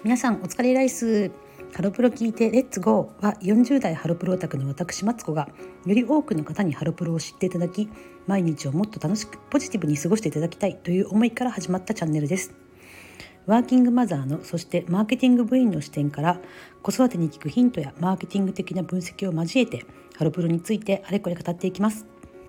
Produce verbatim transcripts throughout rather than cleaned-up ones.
皆さんお疲れライス。ハロプロ聞いてレッツゴーはよんじゅう代ハロプロオタクの私マツコがより多くの方にハロプロを知っていただき、毎日をもっと楽しくポジティブに過ごしていただきたいという思いから始まったチャンネルです。ワーキングマザーの、そしてマーケティング部員の視点から子育てに聞くヒントやマーケティング的な分析を交えてハロプロについてあれこれ語っていきます。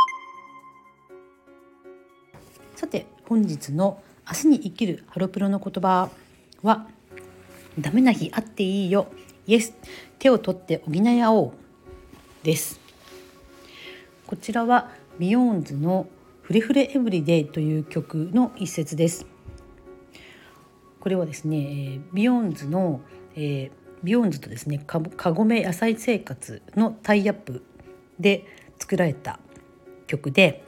さて本日の明日に生きるハロプロの言葉は、ダメな日あっていいよ、イエス、手を取って補い合おうです。こちらはビヨーンズのフレフレエブリデイという曲の一節です。これはですね、ビヨーンズの、えー、ビヨーンズとですね、かかごめ野菜生活のタイアップで作られた曲で、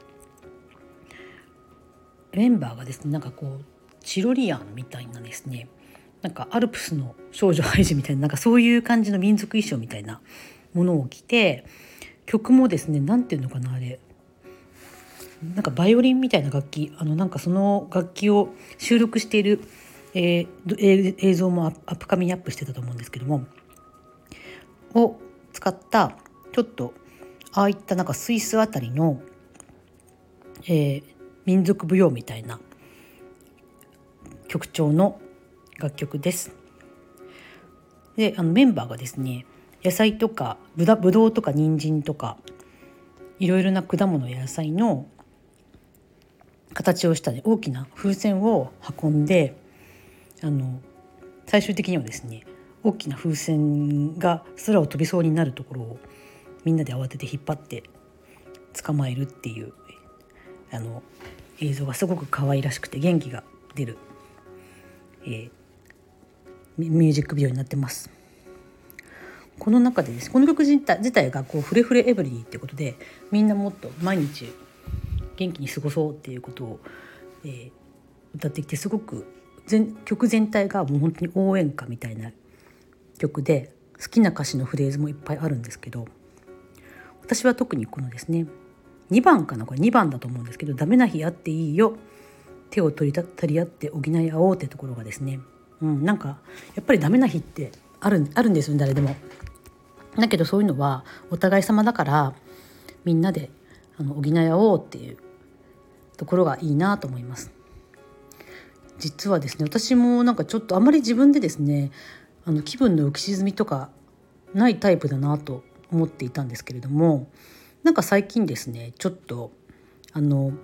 メンバーがですね、なんかこうチロリアンみたいなですね、なんかアルプスの少女ハイジみたいな、なんかそういう感じの民族衣装みたいなものを着て、曲もですね、なんていうのかな、あれなんかバイオリンみたいな楽器、あのなんかその楽器を収録している、えー、映像もアップカミにアップしてたと思うんですけども、を使ったちょっとああいったなんかスイスあたりの、えー、民族舞踊みたいな曲調の楽曲です。で、あのメンバーがですね、野菜とかぶどうとか人参とかいろいろな果物や野菜の形をした、ね、大きな風船を運んで、あの最終的にはですね、大きな風船が空を飛びそうになるところをみんなで慌てて引っ張って捕まえるっていうあの映像がすごく可愛らしくて元気が出る、えー、ミュージックビデオになってます。この中でです、この曲自体自体がこうフレフレエブリディっていうことで、みんなもっと毎日元気に過ごそうっていうことを、えー、歌ってきて、すごく全曲全体がもう本当に応援歌みたいな曲で、好きな歌詞のフレーズもいっぱいあるんですけど、私は特にこのですね、にばんかな、これにばんだと思うんですけど、ダメな日あっていいよ、手を取りた取り合って補い合おうってところがですね、うん、なんかやっぱりダメな日ってある、あるんですよね、誰でも。だけどそういうのはお互い様だから、みんなであの補い合おうっていうところがいいなと思います。実はですね、私もなんかちょっとあまり自分でですね、あの気分の浮き沈みとかないタイプだなと思っていたんですけれども、なんか最近ですね、ちょっとあの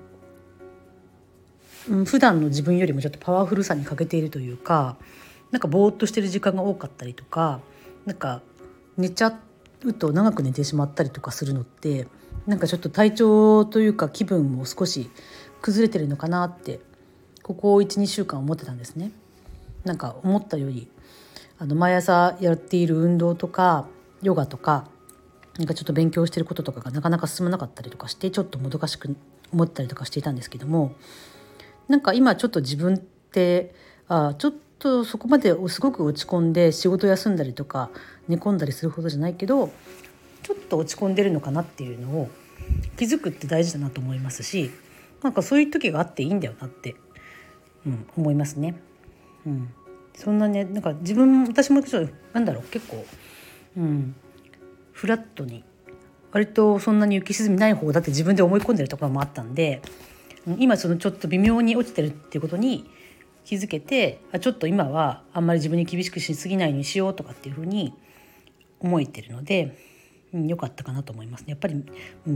普段の自分よりもちょっとパワフルさに欠けているというか、なんかぼーっとしてる時間が多かったりとか、なんか寝ちゃうと長く寝てしまったりとかするのって、なんかちょっと体調というか気分も少し崩れてるのかなってここ いち,に 週間思ってたんですね。なんか思ったよりあの毎朝やっている運動とかヨガとか、なんかちょっと勉強してることとかがなかなか進まなかったりとかして、ちょっともどかしく思ったりとかしていたんですけども、なんか今ちょっと自分ってあちょっとそこまですごく落ち込んで仕事休んだりとか寝込んだりするほどじゃないけど、ちょっと落ち込んでるのかなっていうのを気づくって大事だなと思いますし、なんかそういう時があっていいんだよなって、うん、思いますね。うん、そんなね、なんか自分私もちょっとなんだろう、結構、うん、フラットに割とそんなに浮き沈みない方だって自分で思い込んでるところもあったんで、今そのちょっと微妙に落ちてるっていうことに気づけて、あちょっと今はあんまり自分に厳しくしすぎないようにしようとかっていうふうに思えてるので、うん、よかったかなと思いますね。やっぱり、うん、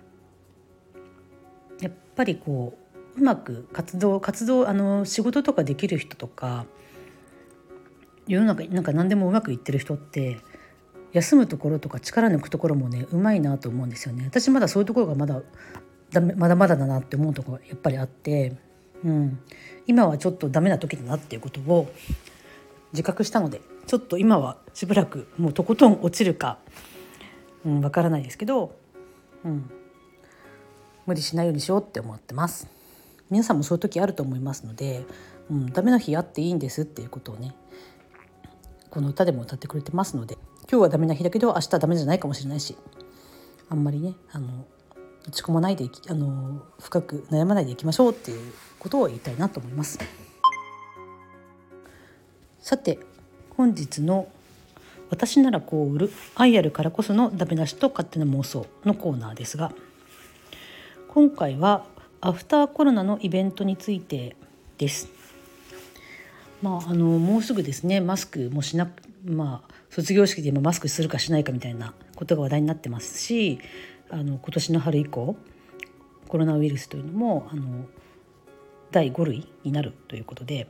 やっぱりこううまく活動活動あの仕事とかできる人とか、世の中なんか何でもうまくいってる人って休むところとか力抜くところもね、うまいなと思うんですよね。私まだそういうところがまだだめまだまだだなって思うところがやっぱりあって、うん、今はちょっとダメな時だなっていうことを自覚したので、ちょっと今はしばらくもうとことん落ちるか、うん、わからないですけど、うん、無理しないようにしようって思ってます。皆さんもそういう時あると思いますので、うん、ダメな日あっていいんですっていうことをね、この歌でも歌ってくれてますので、今日はダメな日だけど明日はダメじゃないかもしれないし、あんまりねあの落ち込まないであの深く悩まないでいきましょうっていうことを言いたいなと思います。さて本日の私ならこう売る愛あるからこそのダメ出しと勝手な妄想のコーナーですが、今回はアフターコロナのイベントについてです。まあ、あのもうすぐですね、マスクもしなく、まあ、卒業式で今マスクするかしないかみたいなことが話題になってますし、あの今年の春以降コロナウイルスというのもあのだいご類になるということで、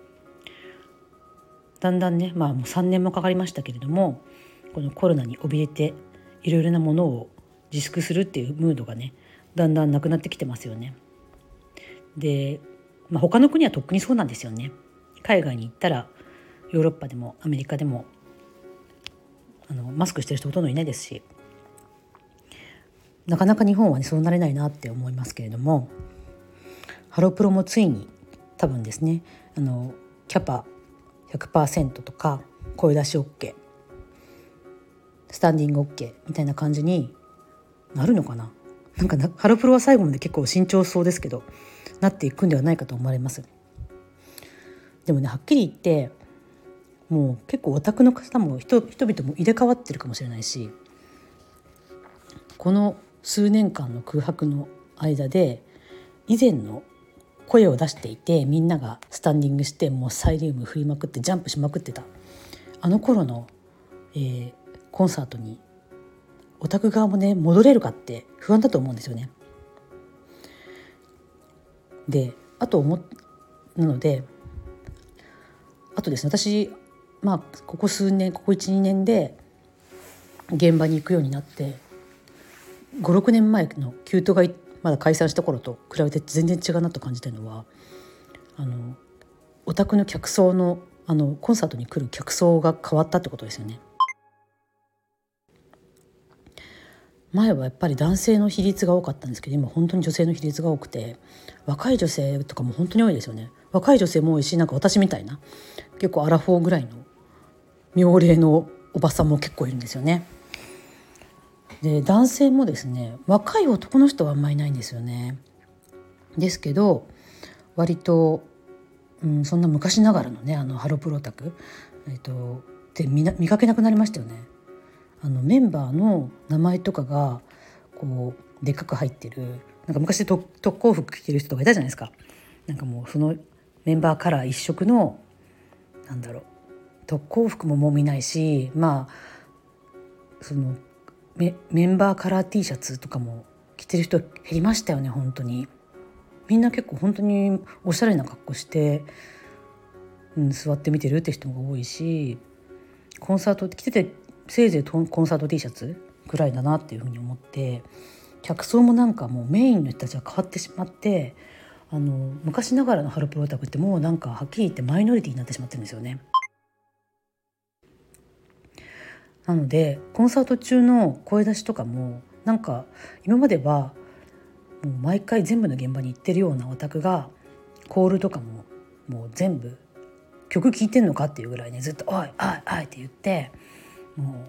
だんだんね、まあもうさんねんもかかりましたけれども、このコロナに怯えていろいろなものを自粛するっていうムードがね、だんだんなくなってきてますよね。で、まあ、他の国はとっくにそうなんですよね。海外に行ったらヨーロッパでもアメリカでもあのマスクしてる人ほとんどいないですし、なかなか日本はねそうなれないなって思いますけれども、ハロプロもついに多分ですね、あのキャパ ひゃくパーセント とか声出し OK、 スタンディング OK みたいな感じになるのかな。なんかハロプロは最後まで結構慎重そうですけど、なっていくんではないかと思われます。でもね、はっきり言ってもう結構オタクの方も 人, 人々も入れ替わってるかもしれないし、この数年間の空白の間で以前の声を出していて、みんながスタンディングしてもうサイリウム振りまくってジャンプしまくってたあの頃の、えー、コンサートにオタク側もね戻れるかって不安だと思うんですよね。で、あと思なのであとですね、私まあここ数年ここ いち,に 年で現場に行くようになって、ごろくねんまえのキュートがまだ解散した頃と比べて全然違うなと感じてるのは、あのオタクの客層のあのコンサートに来る客層が変わったってことですよね。前はやっぱり男性の比率が多かったんですけど、今本当に女性の比率が多くて、若い女性とかも本当に多いですよね。若い女性も多いし、なんか私みたいな結構アラフォーぐらいの妙齢のおばさんも結構いるんですよね。で、男性もですね、若い男の人はあんまりいないんですよね。ですけど割と、うん、そんな昔ながらのね、あのハロプロオタク、えっと、で 見, な見かけなくなりましたよね。あのメンバーの名前とかがこうでっかく入ってる、なんか昔特攻服着てる人とかいたじゃないですか。なんかもうそのメンバーカラー一色のなんだろう特攻服ももう見ないし、まあその メ, メンバーカラー T シャツとかも着てる人減りましたよね。本当にみんな結構本当におしゃれな格好して、うん、座って見てるって人が多いし、コンサート着ててせいぜいコンサート T シャツぐらいだなっていうふうに思って、客層もなんかもうメインの人たちが変わってしまって、あの昔ながらのハロプロオタクってもうなんかはっきり言ってマイノリティになってしまってるんですよね。なのでコンサート中の声出しとかもなんか今まではもう毎回全部の現場に行ってるようなオタクがコールとかももう全部曲聴いてんのかっていうぐらいね、ずっと「おいおいおい」って言って、も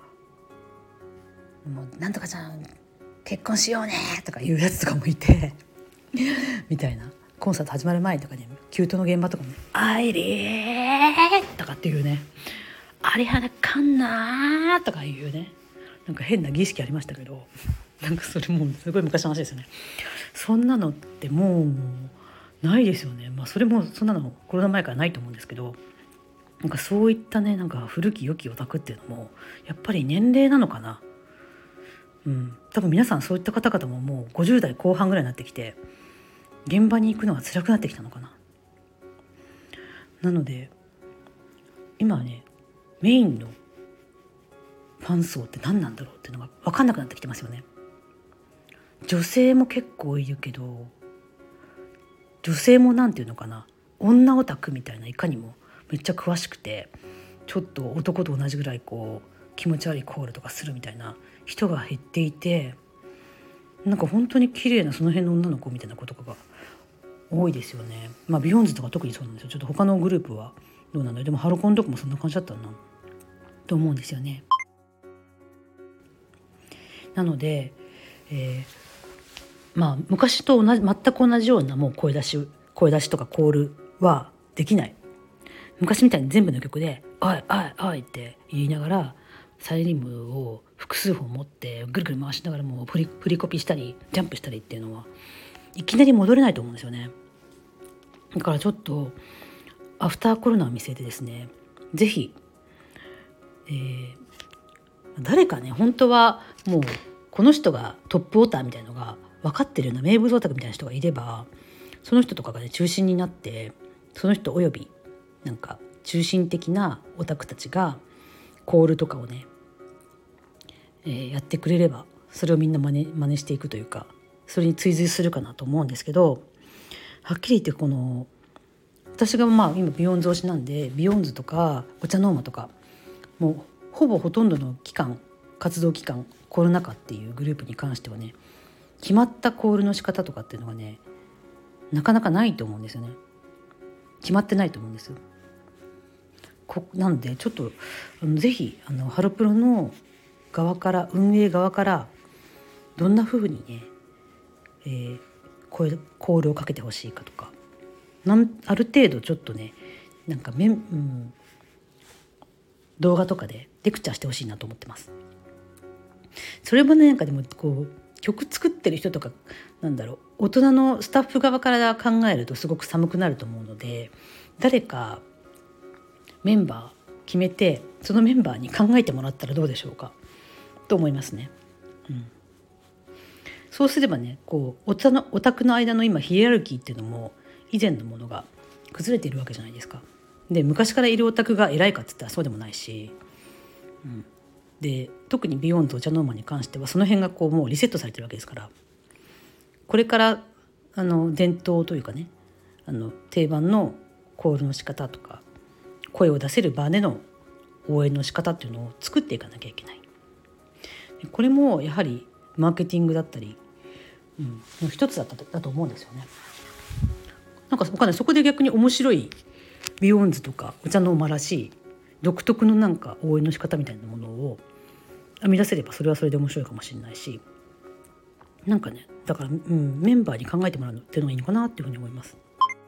うもうなんとかちゃん結婚しようねとかいうやつとかもいてみたいな、コンサート始まる前とかに、ね、キュートの現場とかもね「アイリー」とかっていうね「アリハナカンナー」とかいうね、なんか変な儀式ありましたけど、なんかそれもうすごい昔の話ですよね。そんなのってもうないですよね。まあそれもそんなのコロナ前からないと思うんですけど、なんかそういったね、なんか古き良きオタクっていうのもやっぱり年齢なのかな。うん、多分皆さんそういった方々ももうごじゅう代後半ぐらいになってきて、現場に行くのが辛くなってきたのかな。なので今はね、メインのファン層って何なんだろうっていうのが分かんなくなってきてますよね。女性も結構いるけど、女性もなんていうのかな、女オタクみたいな、いかにもめっちゃ詳しくて、ちょっと男と同じぐらいこう気持ち悪いコールとかするみたいな人が減っていて、なんか本当に綺麗なその辺の女の子みたいな子とかが多いですよね。まあビヨンズとか特にそうなんですよ。ちょっと他のグループはどうなんだろう。でもハロコンとかもそんな感じだったなと思うんですよね。なので、えー、まあ昔と同じ全く同じようなもう声出し声出しとかコールはできない。昔みたいに全部の曲でおいおいおいって言いながらサイリウムを複数本持ってぐるぐる回しながらもう振り、振りコピしたりジャンプしたりっていうのはいきなり戻れないと思うんですよね。だからちょっとアフターコロナを見据えてですね、ぜひ、えー、誰かね本当はもうこの人がトップオターみたいなのが分かってるような名物オタクみたいな人がいれば、その人とかがね中心になって、その人およびなんか中心的なオタクたちがコールとかをね、えー、やってくれれば、それをみんな真似、真似していくというか、それに追随するかなと思うんですけど、はっきり言ってこの私がまあ今ビヨンズ推しなんで、ビヨンズとかお茶ノーマとかもうほぼほとんどの期間活動期間コロナ禍っていうグループに関してはね、決まったコールの仕方とかっていうのがねなかなかないと思うんですよね。決まってないと思うんですよ。こなのでちょっとあのぜひあのハロプロの側から運営側からどんな風にね、えー、こうコールをかけてほしいかとか、なんある程度ちょっとねなんかめ、うん、動画とかでレクチャーしてほしいなと思ってます。それもねなんかでもこう曲作ってる人とかなんだろう大人のスタッフ側から考えるとすごく寒くなると思うので、誰かメンバー決めてそのメンバーに考えてもらったらどうでしょうかと思いますね。うん、そうすればねこうオタのオタクの間の今ヒエラルキーっていうのも以前のものが崩れているわけじゃないですか。で昔からいるオタクが偉いかって言ったらそうでもないし、うん、で特にビヨンズお茶ノーマに関してはその辺がこうもうリセットされてるわけですから、これからあの伝統というかねあの定番のコールの仕方とか声を出せる場での応援の仕方っていうのを作っていかなきゃいけない。これもやはりマーケティングだったり、うん、の一つだったとだと思うんですよね。なんかわかんない、そこで逆に面白いビヨンズとかお茶の間らしい独特のなんか応援の仕方みたいなものを編み出せればそれはそれで面白いかもしれないし、なんかねだから、うん、メンバーに考えてもらうっていうのがいいのかなっていうふうに思います。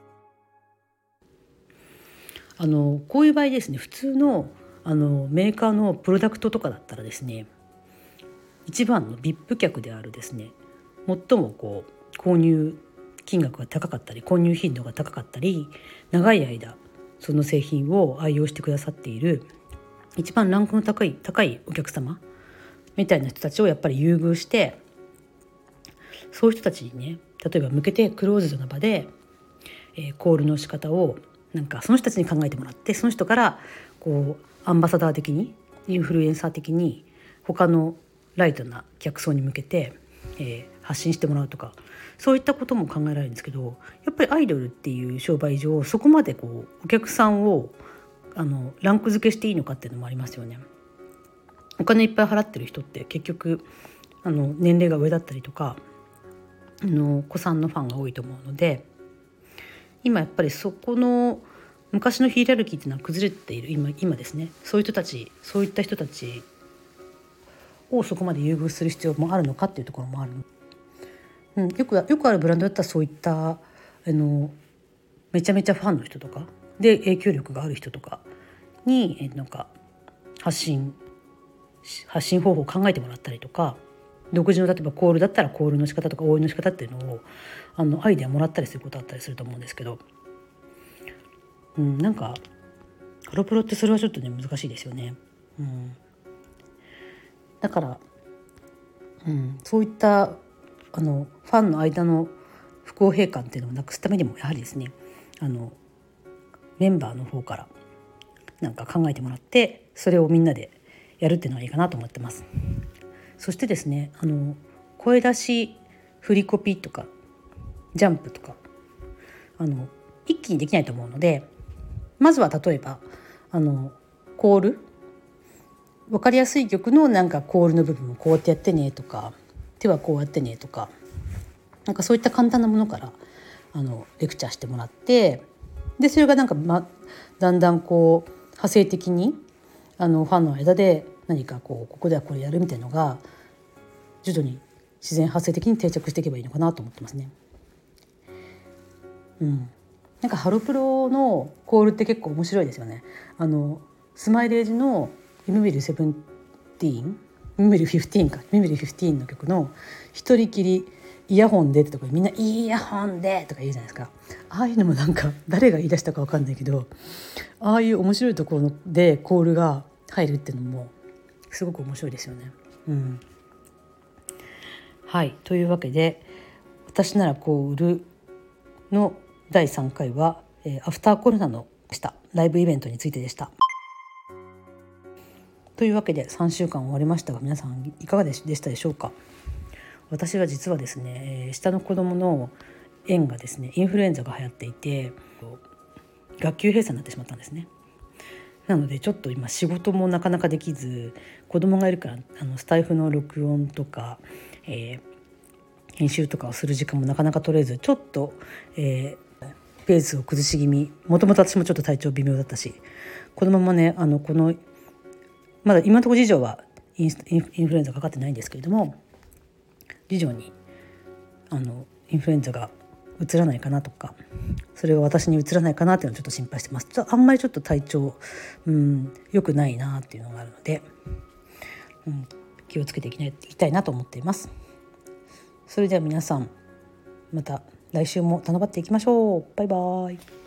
あのこういう場合ですね、普通のあのメーカーのプロダクトとかだったらですね、一番の ブイアイピー 客であるですね、最もこう購入金額が高かったり購入頻度が高かったり長い間その製品を愛用してくださっている一番ランクの高い高いお客様みたいな人たちをやっぱり優遇して、そういう人たちにね例えば向けてクローズドな場で、えー、コールの仕方をなんかその人たちに考えてもらって、その人からこうアンバサダー的にインフルエンサー的に他のライトな客層に向けて、えー、発信してもらうとか、そういったことも考えられるんですけど、やっぱりアイドルっていう商売上そこまでこうお客さんをあのランク付けしていいのかっていうのもありますよね。お金いっぱい払ってる人って結局あの年齢が上だったりとかあの子さんのファンが多いと思うので、今やっぱりそこの昔のヒエラルキーっていうのは崩れている 今, 今ですね、そういう人たちそういった人たちをそこまで優遇する必要もあるのかっていうところもある、うん、よくよくあるブランドだったらそういったあのめちゃめちゃファンの人とかで影響力がある人とかになんか発信発信方法を考えてもらったりとか、独自の例えばコールだったらコールの仕方とか応援の仕方っていうのをあのアイデアもらったりすることあったりすると思うんですけど、うん、なんかハロプロってそれはちょっとね難しいですよね。うん、だから、うん、そういったあのファンの間の不公平感っていうのをなくすためにもやはりですねあのメンバーの方からなんか考えてもらってそれをみんなでやるっていうのがいいかなと思ってます。そしてですねあの声出し振りコピとかジャンプとかあの一気にできないと思うので、まずは例えばあのコール分かりやすい曲のなんかコールの部分をこうやってやってねとか手はこうやってねとか、なんかそういった簡単なものからあのレクチャーしてもらって、でそれがなんか、ま、だんだんこう派生的にあのファンの間で何かこうここではこれやるみたいなのが徐々に自然発生的に定着していけばいいのかなと思ってますね。うん、なんかハロプロのコールって結構面白いですよね。あのスマイレージのミメリセブンティーンミメリフィフティーンかミメリフィフティーンの曲の一人きりイヤホンでってところでみんなイヤホンでとか言うじゃないですか。ああいうのもなんか誰が言い出したか分かんないけど、ああいう面白いところでコールが入るっていうのもすごく面白いですよね。うん、はい、というわけで私ならコールのだいさんかいは、えー、アフターコロナのしたライブイベントについてでした。というわけでさんしゅうかん終わりましたが、皆さんいかがでしたでしょうか。私は実はですね、下の子供の園がですねインフルエンザが流行っていて学級閉鎖になってしまったんですね。なのでちょっと今仕事もなかなかできず、子供がいるからあのスタイフの録音とか、えー、編集とかをする時間もなかなか取れず、ちょっと、えー、ペースを崩し気味。もともと私もちょっと体調微妙だったし、このままねあのこのまだ今のところ次女はインインフルエンザかかってないんですけれども、次女にあのインフルエンザがうつらないかなとか、それが私にうつらないかなっていうのをちょっと心配してます。ちょあんまりちょっと体調うん良くないなっていうのがあるので、うん、気をつけていきたいなと思っています。それでは皆さんまた来週も楽しっていきましょう。バイバイ。